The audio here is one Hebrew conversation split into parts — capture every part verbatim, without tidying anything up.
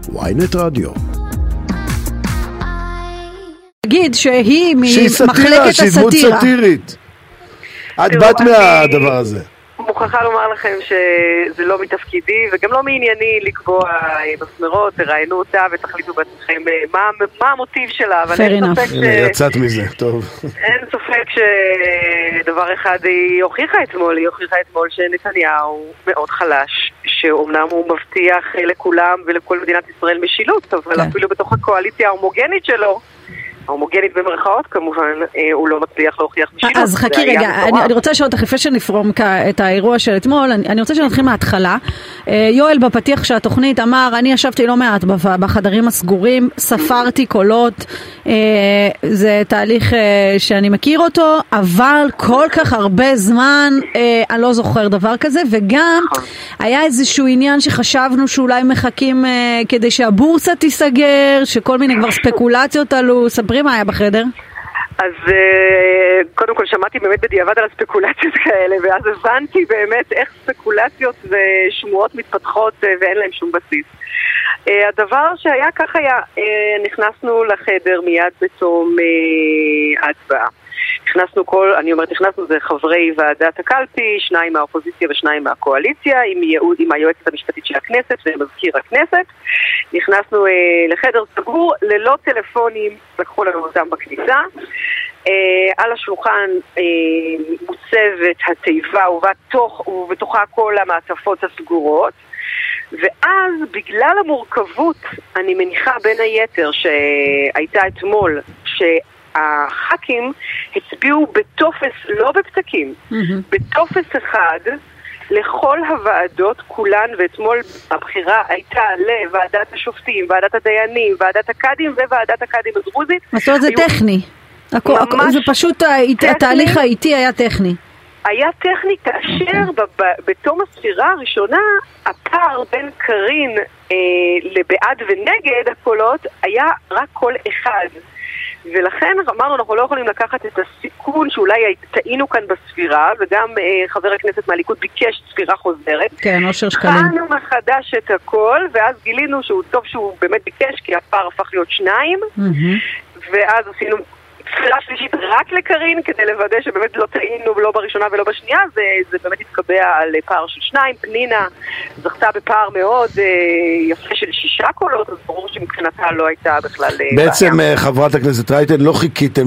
וויינט רדיו. תגיד שהיא ממחלקת הסאטירה. שהיא דמות סאטירית. את בת מהדבר הזה. מוכרחה לומר לכם שזה לא מתפקידי וגם לא מענייני לקבוע מסמרות, תראיינו אותה ותחליטו בעצמכם מה, מה המוטיב שלה, אבל אין ספק ש... יצאת מזה, טוב. אין ספק שדבר אחד היא הוכיחה אתמול, היא הוכיחה אתמול שנתניהו מאוד חלש, שאומנם הוא מבטיח לכולם ולכל מדינת ישראל משילות, אבל כן. אפילו בתוך הקואליציה ההומוגנית שלו, ההומוגנית במרכאות כמובן, הוא לא מצליח להוכיח משילות. אז חכי רגע, אני, אני רוצה לשאול אותך לפני שנפרום את האירוע של אתמול, אני, אני רוצה שנתחיל מההתחלה. יואל בפתיח של התוכנית אמר, אני ישבתי לא מעט בחדרים הסגורים, ספרתי קולות, זה תהליך שאני מכיר אותו, אבל כל כך הרבה זמן, אני לא זוכר דבר כזה, וגם היה איזשהו עניין שחשבנו שאולי מחכים כדי שהבורסה תיסגר, שכל מיני כבר ספקולציות עלו, ספרי מה היה בחדר? אז קודם כל שמעתי באמת בדיעבד על הספקולציות כאלה, ואז הבנתי באמת איך ספקולציות ושמועות מתפתחות ואין להם שום בסיס. הדבר שהיה כך היה, נכנסנו לחדר מיד בתום ההצבעה. נכנסנו כל, אני אומרת, נכנסנו זה חברי ועדת הקלפי, שניים מהאופוזיציה ושניים מהקואליציה, עם, יעוד, עם היועצת המשפטית של הכנסת ומזכיר הכנסת. נכנסנו אה, לחדר סגור, ללא טלפונים, לקחו לנו אותם בכניסה. אה, על השולחן אה, מוצבת התיבה ובתוך, ובתוכה כל המעטפות הסגורות. ואז בגלל המורכבות, אני מניחה בין היתר שהייתה אתמול, ש... הח"כים הצביעו בטופס, לא בפתקים, mm-hmm. בטופס אחד לכל הוועדות כולן, ואתמול הבחירה הייתה לוועדת השופטים, ועדת הדיינים, ועדת הקאדים וועדת הקאדים הדרוזית. זאת אומרת זה טכני, זה פשוט התהליך האיטי היה טכני. היה טכני כאשר בתום הספירה הראשונה הפער בין קרין לבעד ונגד הקולות היה רק קול אחד. ולכן אמרנו, אנחנו לא יכולים לקחת את הסיכון שאולי טעינו כאן בספירה, וגם אה, חבר הכנסת מהליכוד ביקש ספירה חוזרת. כן, אושר שקלים. חנו מחדש את הכל, ואז גילינו שהוא טוב שהוא באמת ביקש, כי הפער הפך להיות שניים, mm-hmm. ואז עשינו ספירה שלישית רק לקרין, כדי לוודא שבאמת לא טעינו ולא בראשונה ולא בשנייה, זה, זה באמת התקבע על פער של שניים. פנינה זכתה בפער מאוד אה, יפה של שישה קולות, אז ברור שמבחינתה לא הייתה בכלל בעצם בעיה. חברת הכנסת רייטן, לא חיכיתם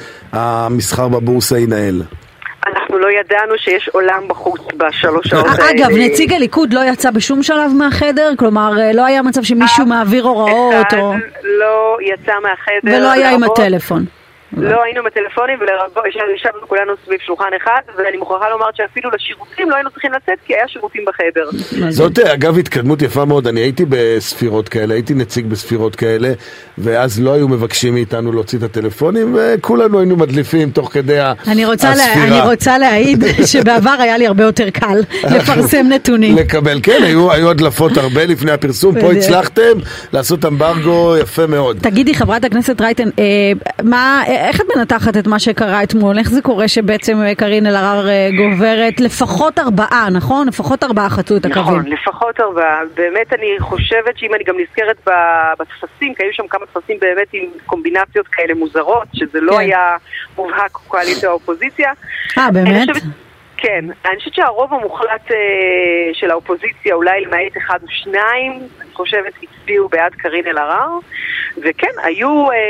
שהמסחר בבורסה ינהל? אנחנו לא ידענו שיש עולם בחוץ בשלוש שעות האלה. אגב, נציג הליכוד לא יצא בשום שלב מהחדר? כלומר, לא היה מצב שמישהו מעביר הוראות? אחד לא יצא מהחדר. ולא היה עם הטלפון? לא היינו בטלפונים, וישבנו כולנו סביב שולחן אחד, ואני מוכרחה לומר שאפילו לשירותים לא היינו צריכים לצאת, כי היה שירותים בחדר. זאת, אגב, התקדמות יפה מאוד. אני הייתי בספירות כאלה, הייתי נציג בספירות כאלה, ואז לא היו מבקשים מאיתנו להוציא את הטלפונים, וכולנו היינו מדליפים תוך כדי הספירה. אני רוצה להעיד שבעבר היה לי הרבה יותר קל לפרסם נתונים. לקבל, כן, היו הדלפות הרבה לפני הפרסום, פה הצלחתם לעשות אמברגו יפה מאוד. תגידי, חברת הכנסת רייטן, מה... איך את מנתחת את מה שקרה אתמול? איך זה קורה שבעצם קרין אלהרר גוברת? לפחות ארבעה, נכון? לפחות ארבעה חצו את הקווים. נכון, לפחות ארבעה. באמת אני חושבת שאם אני גם נזכרת בתפסים, כי היו שם כמה תפסים באמת עם קומבינציות כאלה מוזרות, שזה לא היה מובהק קואליציה או אופוזיציה. אה, באמת? כן, אני חושבת שהרוב המוחלט של האופוזיציה, אולי למעט אחד או שניים, אני חושבת הצביעו בעד קרין אלהרר, וכן, היו אה,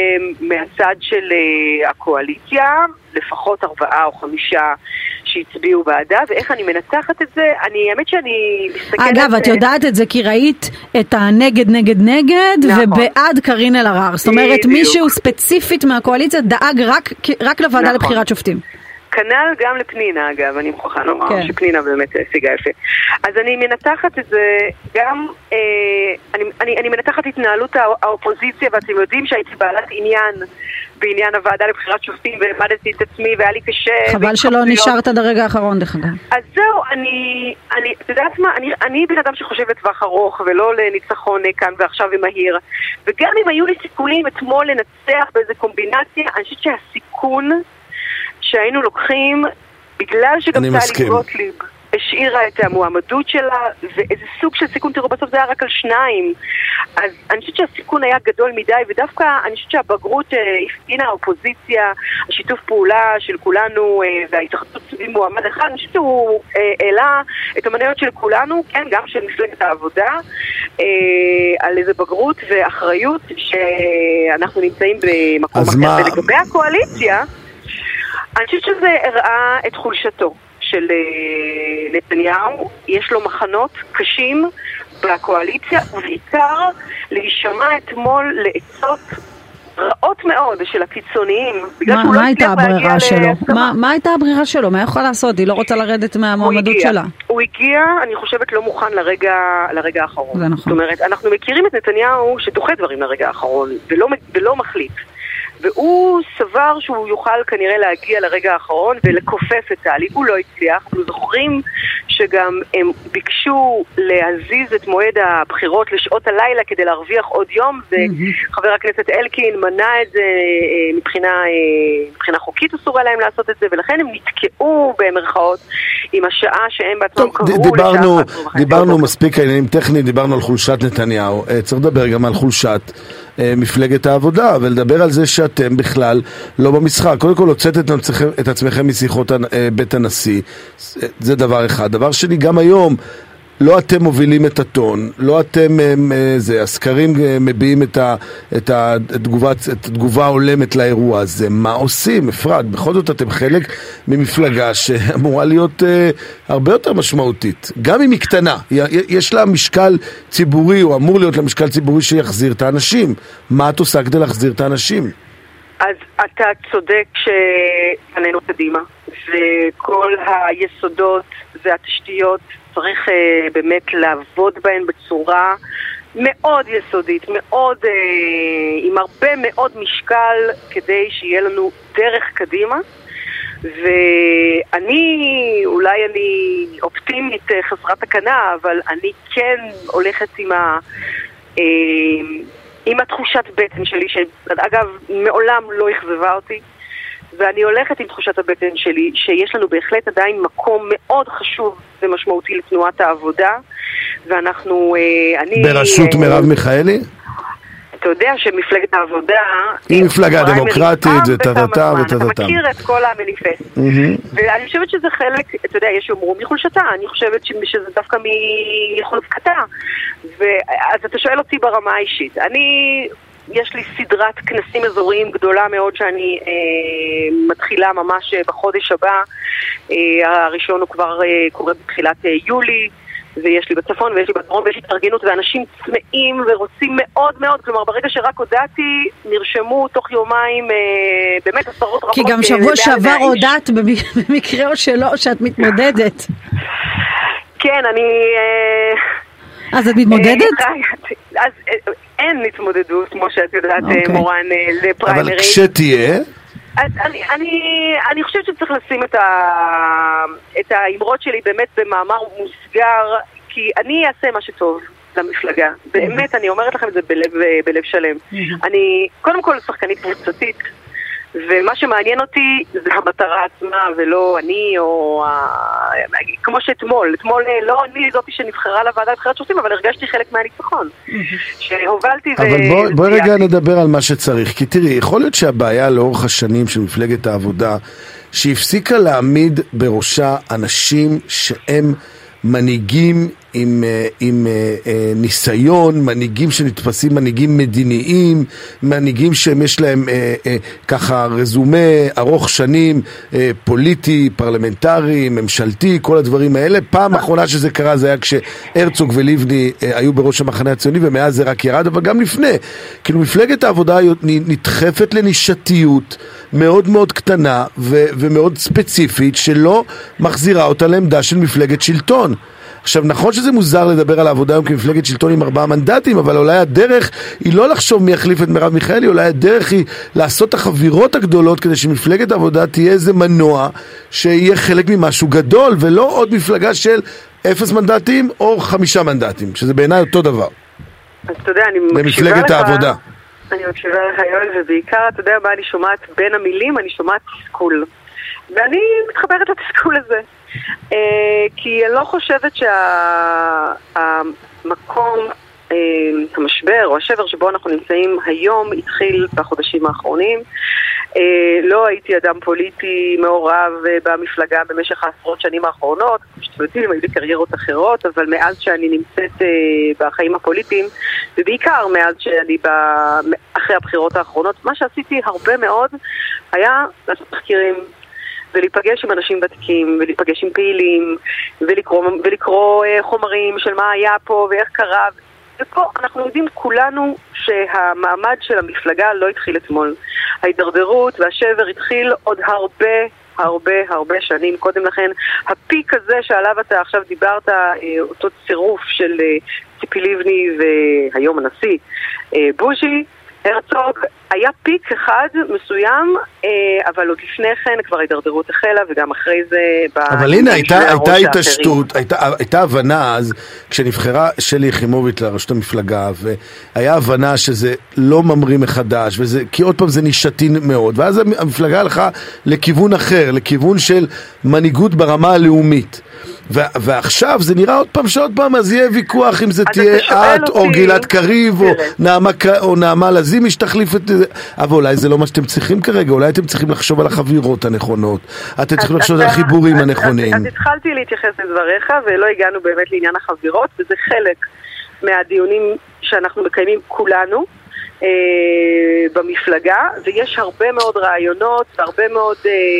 מהצד של אה, הקואליציה, לפחות ארבעה או חמישה שהצביעו בעדה, ואיך אני מנתחת את זה, אני, האמת שאני מסתכלת... אגב, את יודעת את זה כי ראית את הנגד נגד נגד, נכון. ובעד קרין אלהרר, זאת אומרת, בדיוק. מישהו ספציפית מהקואליציה דאג רק, רק לוועדה נכון. לבחירת שופטים. כנ"ל גם לפנינה, אגב, אני מוכרחה לומר כן. שפנינה באמת השיגה יפה. אז אני מנתחת את זה גם, אה, אני, אני, אני מנתחת התנהלות האופוזיציה, ואתם יודעים שהייתי בעלת עניין בעניין הוועדה לבחירת שופטים, והעמדתי את עצמי, והיה לי קשה. חבל שלא נשארת עד הרגע האחרון, דרך אגב. אז זהו, אני, אני, אתה יודעת מה, אני, אני בן אדם שחושב לטווח ארוך, ולא לניצחון כאן ועכשיו ומהיר. וגם אם היו לי סיכונים אתמול לנצח באיזה קומבינציה, אני חושבת שהסיכון שהיינו לוקחים, בגלל שגם טלי גוטליב השאירה את המועמדות שלה, ואיזה סוג של סיכון, תראו, בסוף זה היה רק על שניים. אז אני חושבת שהסיכון היה גדול מדי, ודווקא אני חושבת שהבגרות הפגינה, האופוזיציה, השיתוף פעולה של כולנו וההתאחדות סביב מועמד אחד, אני חושבת שהוא העלה את המניות של כולנו, כן, גם של מפלגת העבודה, על איזה בגרות ואחריות שאנחנו נמצאים במקום אחר. מה... ולגבי הקואליציה, אני חושבת שזה הראה את חולשתו של נתניהו. יש לו מחנות קשים בקואליציה, ובעיקר להישמע אתמול לעצות רעות מאוד של הקיצוניים. מה, מה הייתה הברירה שלו? מה, מה הייתה הברירה שלו? מה יכול לעשות? היא לא רוצה לרדת מהמועמדות שלה. הוא הגיע, אני חושבת, לא מוכן לרגע, לרגע האחרון. זה נכון. זאת אומרת, אנחנו מכירים את נתניהו שדוחה דברים לרגע האחרון, ולא, ולא מחליט. והוא סבר שהוא יוכל כנראה להגיע לרגע האחרון ולכופף את טלי. הוא לא הצליח. אנחנו זוכרים שגם הם ביקשו להזיז את מועד הבחירות לשעות הלילה כדי להרוויח עוד יום, וחבר הכנסת אלקין מנע את זה מבחינה, מבחינה חוקית, אסור להם לעשות את זה, ולכן הם נתקעו במרכאות עם השעה שהם בעצמם קראו. דיברנו, דיברנו מספיק העניינים טכניים, דיברנו על חולשת נתניהו, צריך לדבר גם על חולשת מפלגת העבודה, ולדבר על זה שאתם בכלל לא במשחק. קודם כל, הוצאת את, את עצמכם משיחות בית הנשיא, זה דבר אחד. דבר שני, גם היום, לא אתם מובילים את הטון, לא אתם, זה, הסקרים מביעים את, ה, את, התגובה, את התגובה העולמת לאירוע הזה. מה עושים? אפרת, בכל זאת אתם חלק ממפלגה שאמורה להיות אה, הרבה יותר משמעותית. גם אם היא קטנה, יש לה משקל ציבורי, או אמור להיות לה משקל ציבורי שיחזיר את האנשים. מה את עושה כדי להחזיר את האנשים? אז אתה צודק שפנינו קדימה, וכל היסודות והתשתיות צריך uh, באמת לעבוד בהן בצורה מאוד יסודית, מאוד, uh, עם הרבה מאוד משקל, כדי שיהיה לנו דרך קדימה. ואני, אולי אני אופטימית uh, חסרת תקנה, אבל אני כן הולכת עם ה... Uh, עם התחושת בטן שלי, שאגב מעולם לא הכזבה אותי, ואני הולכת עם תחושת הבטן שלי, שיש לנו בהחלט עדיין מקום מאוד חשוב ומשמעותי לתנועת העבודה, ואנחנו... אני, בראשות מרב מיכאלי? אתה יודע שמפלגת העבודה... היא מפלגה דמוקרטית, ותתתה ותתתה. אתה מכיר את כל המניפסט. ואני חושבת שזה חלק, אתה יודע, יש שאומרו מחולשתה, אני חושבת שזה דווקא מחוזקתה. אז אתה שואל אותי ברמה האישית. אני... יש לי סדרת כנסים אזוריים גדולה מאוד שאני אה, מתחילה ממש בחודש הבא. אה, הראשון הוא כבר אה, קורה בתחילת אה, יולי, ויש לי בצפון ויש לי בדרום ויש לי התארגנות, ואנשים צמאים ורוצים מאוד מאוד, כלומר ברגע שרק הודעתי נרשמו תוך יומיים אה, באמת עשרות רבות. כי גם שבוע שעבר הודעת במקרה או שלא שאת מתמודדת. כן, אני... אה, אז את מתמודדת? אז אין התמודדות, כמו שאת יודעת, מורן, לפריימריז. אבל כשתהיה? אני, אני, אני חושבת שצריך לשים את, ה, את האמרות שלי באמת במאמר מוסגר, כי אני אעשה מה שטוב למפלגה. באמת, אני אומרת לכם את זה בלב, בלב שלם. אני, קודם כל, שחקנית קבוצתית, ומה שמעניין אותי זה המטרה עצמה, ולא אני או... כמו שאתמול, אתמול לא אני זאתי שנבחרה לוועדה לבחירת שופטים, אבל הרגשתי חלק מהניצחון. שהובלתי ו... אבל בוא, בוא רגע נדבר על מה שצריך, כי תראי, יכול להיות שהבעיה לאורך השנים של מפלגת העבודה, שהפסיקה להעמיד בראשה אנשים שהם מנהיגים עם, עם ניסיון, מנהיגים שנתפסים מנהיגים מדיניים, מנהיגים שיש להם ככה רזומה ארוך שנים, פוליטי, פרלמנטרי, ממשלתי, כל הדברים האלה. פעם האחרונה שזה קרה זה היה כשהרצוג וליבני היו בראש המחנה הציוני, ומאז זה רק ירד, אבל גם לפני. כאילו מפלגת העבודה נדחפת לנישתיות מאוד מאוד קטנה ו- ומאוד ספציפית, שלא מחזירה אותה לעמדה של מפלגת שלטון. עכשיו, נכון שזה מוזר לדבר על העבודה היום כמפלגת שלטון עם ארבעה מנדטים, אבל אולי הדרך היא לא לחשוב מי יחליף את מרב מיכאלי, אולי הדרך היא לעשות את החבירות הגדולות כדי שמפלגת העבודה תהיה איזה מנוע שיהיה חלק ממשהו גדול, ולא עוד מפלגה של אפס מנדטים או חמישה מנדטים, שזה בעיניי אותו דבר. אז אתה יודע, אני מקשיבה לך... למפלגת העבודה. אני מקשיבה לך, יואל, ובעיקר, אתה יודע מה אני שומעת בין המילים, אני שומעת תסכול. ואני מתחברת לתסכול הזה. כי אני לא חושבת שהמקום, המשבר או השבר שבו אנחנו נמצאים היום התחיל בחודשים האחרונים. לא הייתי אדם פוליטי מעורב במפלגה במשך העשרות שנים האחרונות, שתבטים, היו לי קריירות אחרות, אבל מאז שאני נמצאת בחיים הפוליטיים, ובעיקר מאז שאני אחרי הבחירות האחרונות, מה שעשיתי הרבה מאוד היה לעשות תחקירים, ולהיפגש עם אנשים ותיקים, ולהיפגש עם פעילים, ולקרוא, ולקרוא חומרים של מה היה פה ואיך קרה. ופה אנחנו יודעים כולנו שהמעמד של המפלגה לא התחיל אתמול. ההידרדרות והשבר התחיל עוד הרבה, הרבה, הרבה שנים קודם לכן. הפיק הזה שעליו אתה עכשיו דיברת, אותו צירוף של ציפי לבני והיום הנשיא בוז'י, הרצוג, היה פיק אחד מסוים, אבל עוד לפני כן כבר ההידרדרות החלה, וגם אחרי זה... אבל הנה, הייתה, הייתה התעשתות, הייתה, הייתה הבנה אז, כשנבחרה שלי יחימוביץ' לראשות המפלגה, והיה הבנה שזה לא ממריא מחדש, וזה, כי עוד פעם זה נשתין מאוד, ואז המפלגה הלכה לכיוון אחר, לכיוון של מנהיגות ברמה הלאומית. ועכשיו זה נראה עוד פעם שעוד פעם אז יהיה ויכוח אם זה תהיה את או גלעד קריב או נעמה לזימי שתחליף את זה, אבל אולי זה לא מה שאתם צריכים כרגע, אולי אתם צריכים לחשוב על החבירות הנכונות, אתם צריכים לחשוב על החיבורים הנכונים. אז התחלתי להתייחס לדבריך ולא הגענו באמת לעניין החבירות, וזה חלק מהדיונים שאנחנו מקיימים כולנו במפלגה, ויש הרבה מאוד רעיונות והרבה מאוד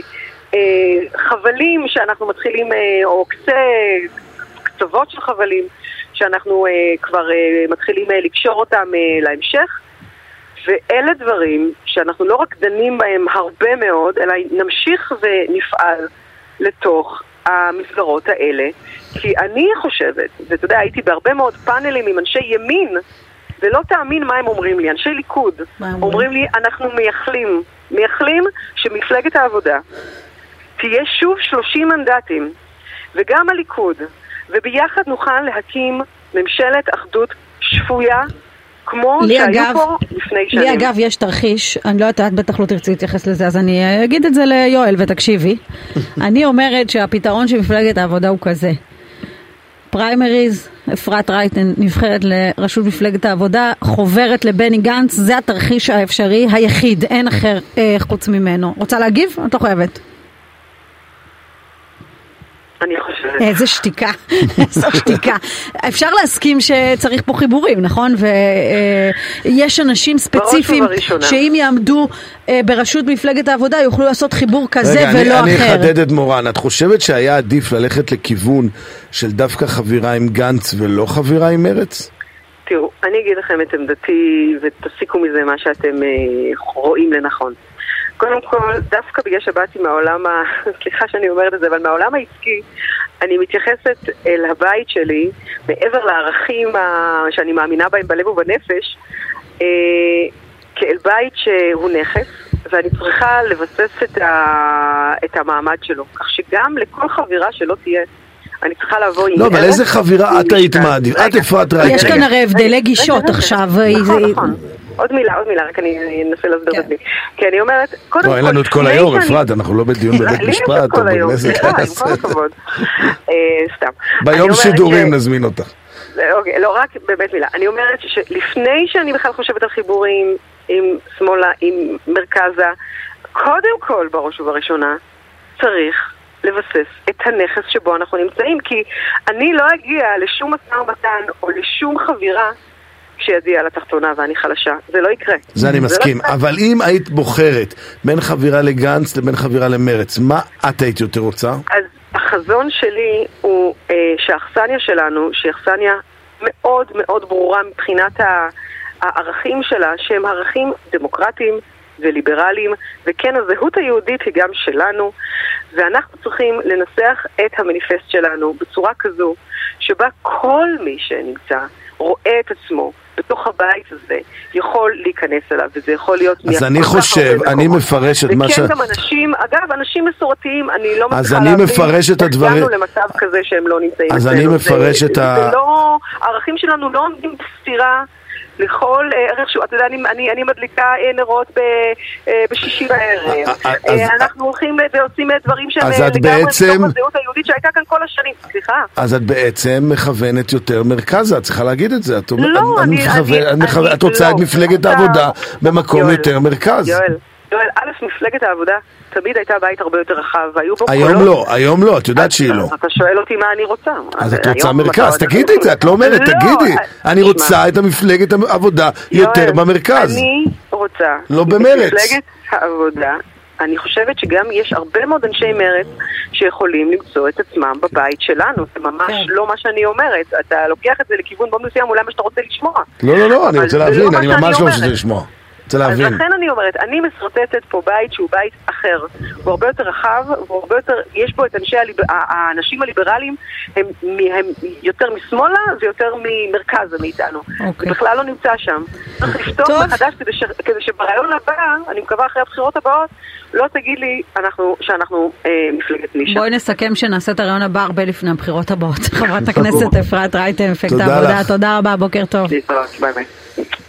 חבלים שאנחנו מתחילים, או קצה, קצוות של חבלים שאנחנו כבר מתחילים לקשור אותם להמשך, ואלה דברים שאנחנו לא רק דנים בהם הרבה מאוד, אלא נמשיך ונפעל לתוך המסגרות האלה, כי אני חושבת, ואתה יודע, הייתי בהרבה מאוד פאנלים עם אנשי ימין, ולא תאמין מה הם אומרים לי, אנשי ליכוד אומרים לי, אנחנו מייחלים מייחלים שמפלגת העבודה תהיה שוב שלושים מנדטים, וגם הליכוד, וביחד נוכל להקים ממשלת אחדות שפויה, כמו שהיו אגב, פה לפני שנים. לי אגב יש תרחיש, אני לא יודעת, בטח לא תרצי להתייחס לזה, אז אני אגיד את זה ליואל ותקשיבי. אני אומרת שהפתרון של מפלגת העבודה הוא כזה. פריימריז, אפרת רייטן נבחרת לראשות מפלגת העבודה, חוברת לבני גנץ, זה התרחיש האפשרי היחיד, אין אחר אה, חוץ ממנו. רוצה להגיב? את לא חייבת. אני חושבת. איזה שתיקה, איזה שתיקה. אפשר להסכים שצריך פה חיבורים, נכון? ויש אנשים ספציפיים שאם יעמדו בראשות מפלגת העבודה יוכלו לעשות חיבור כזה ולא אחר. אני אחדד את מורן, את חושבת שהיה עדיף ללכת לכיוון של דווקא חבירה עם גנץ ולא חבירה עם מרץ? תראו, אני אגיד לכם את עמדתי ותסיקו מזה מה שאתם רואים לנכון. קודם כל, דווקא בגלל שבאתי מהעולם, ה... סליחה שאני אומרת את זה, אבל מהעולם העסקי, אני מתייחסת אל הבית שלי, מעבר לערכים ה... שאני מאמינה בהם בלב ובנפש, אה... כאל בית שהוא נכס, ואני צריכה לבסס את, ה... את המעמד שלו. כך שגם לכל חבירה שלא תהיה, אני צריכה לבוא עם... לא, אבל איזה חבירה את היית מעדיף? את אפרת רייטן. יש כאן הרי הבדלי גישות עכשיו. נכון, נכון. עוד מילה, עוד מילה, רק אני אנסה להסביר את עצמי. כי אני אומרת, קודם כל... לא, אין לנו את כל היום, אפרת, אנחנו לא בדיון בבית משפט, או בכנסת. סליחה, עם כל הכבוד. סתם. ביום שידורים נזמין אותך. אוקיי, לא, רק באמת מילה. אני אומרת שלפני שאני בכלל חושבת על חיבורים עם שמאלה, עם מרכזה, קודם כל, בראש ובראשונה, צריך לבסס את הנכס שבו אנחנו נמצאים, כי אני לא אגיע לשום משא ומתן או לשום חבירה כשיגיע לתחתונה ואני חלשה. זה לא יקרה. זה אני מסכים. אבל אם היית בוחרת בין חבירה לגנץ לבין חבירה למרץ, מה את היית יותר רוצה? אז החזון שלי הוא אה, שהאכסניה שלנו, שהיא אכסניה מאוד מאוד ברורה מבחינת הערכים שלה, שהם ערכים דמוקרטיים וליברליים, וכן הזהות היהודית היא גם שלנו, ואנחנו צריכים לנסח את המניפסט שלנו בצורה כזו, שבה כל מי שנמצא רואה את עצמו בתוך הבית הזה, יכול להיכנס אליו, וזה יכול להיות... אז אני חושב, אני מפרש את מה ש... וכן גם אנשים, אגב, אנשים מסורתיים, אני לא מצליחה להבין... אז אני מפרש את הדברים... הגענו למצב כזה שהם לא נמצאים... אז אני מפרש את ה... זה לא... הערכים שלנו לא עומדים בסתירה לכל ערך שהוא, אתה יודע, אני, אני, אני מדליקה נרות ב, בשישי בערב. אנחנו הולכים ועושים דברים שהם לגמרי מתוך הזהות היהודית שהייתה כאן כל השנים. סליחה. אז את בעצם מכוונת יותר מרכזה, את צריכה להגיד את זה. את לא, את רוצה את מפלגת העבודה במקום יותר מרכז. יואל, יואל, א', מפלגת העבודה תמיד הייתה בית הרבה יותר רחב, והיו בו קולות. היום לא, היום לא, את יודעת שהיא לא. אתה שואל אותי מה אני רוצה. אז את רוצה מרכז, תגידי את זה, את לא אומרת, תגידי. אני רוצה את המפלגת העבודה יותר במרכז. אני רוצה. לא במרץ. מפלגת העבודה, אני חושבת שגם יש הרבה מאוד אנשי מרץ שיכולים למצוא את עצמם בבית שלנו. זה ממש לא מה שאני אומרת. אתה לוקח את זה לכיוון מאוד מסוים, אולי מה שאתה רוצה לשמוע. לא, לא, לא, אני רוצה להבין, אני ממש לא רוצה לשמוע. אז לכן אני אומרת, אני מסרטטת פה בית שהוא בית אחר, הוא הרבה יותר רחב, הוא הרבה יותר, יש פה את אנשי הליבר, האנשים הליברליים, הם, הם יותר משמאלה, זה יותר ממרכז מאיתנו. Okay. זה בכלל לא נמצא שם. צריך לפתוח מחדש כדי, ש, כדי שברעיון הבא, אני מקווה אחרי הבחירות הבאות, לא תגיד לי אנחנו, שאנחנו אה, מפלגת נישה. בואי נסכם שנעשה את הרעיון הבא הרבה לפני הבחירות הבאות. חברת הכנסת אפרת רייטן, אפקט העבודה, תודה רבה, בוקר טוב. ביי ביי.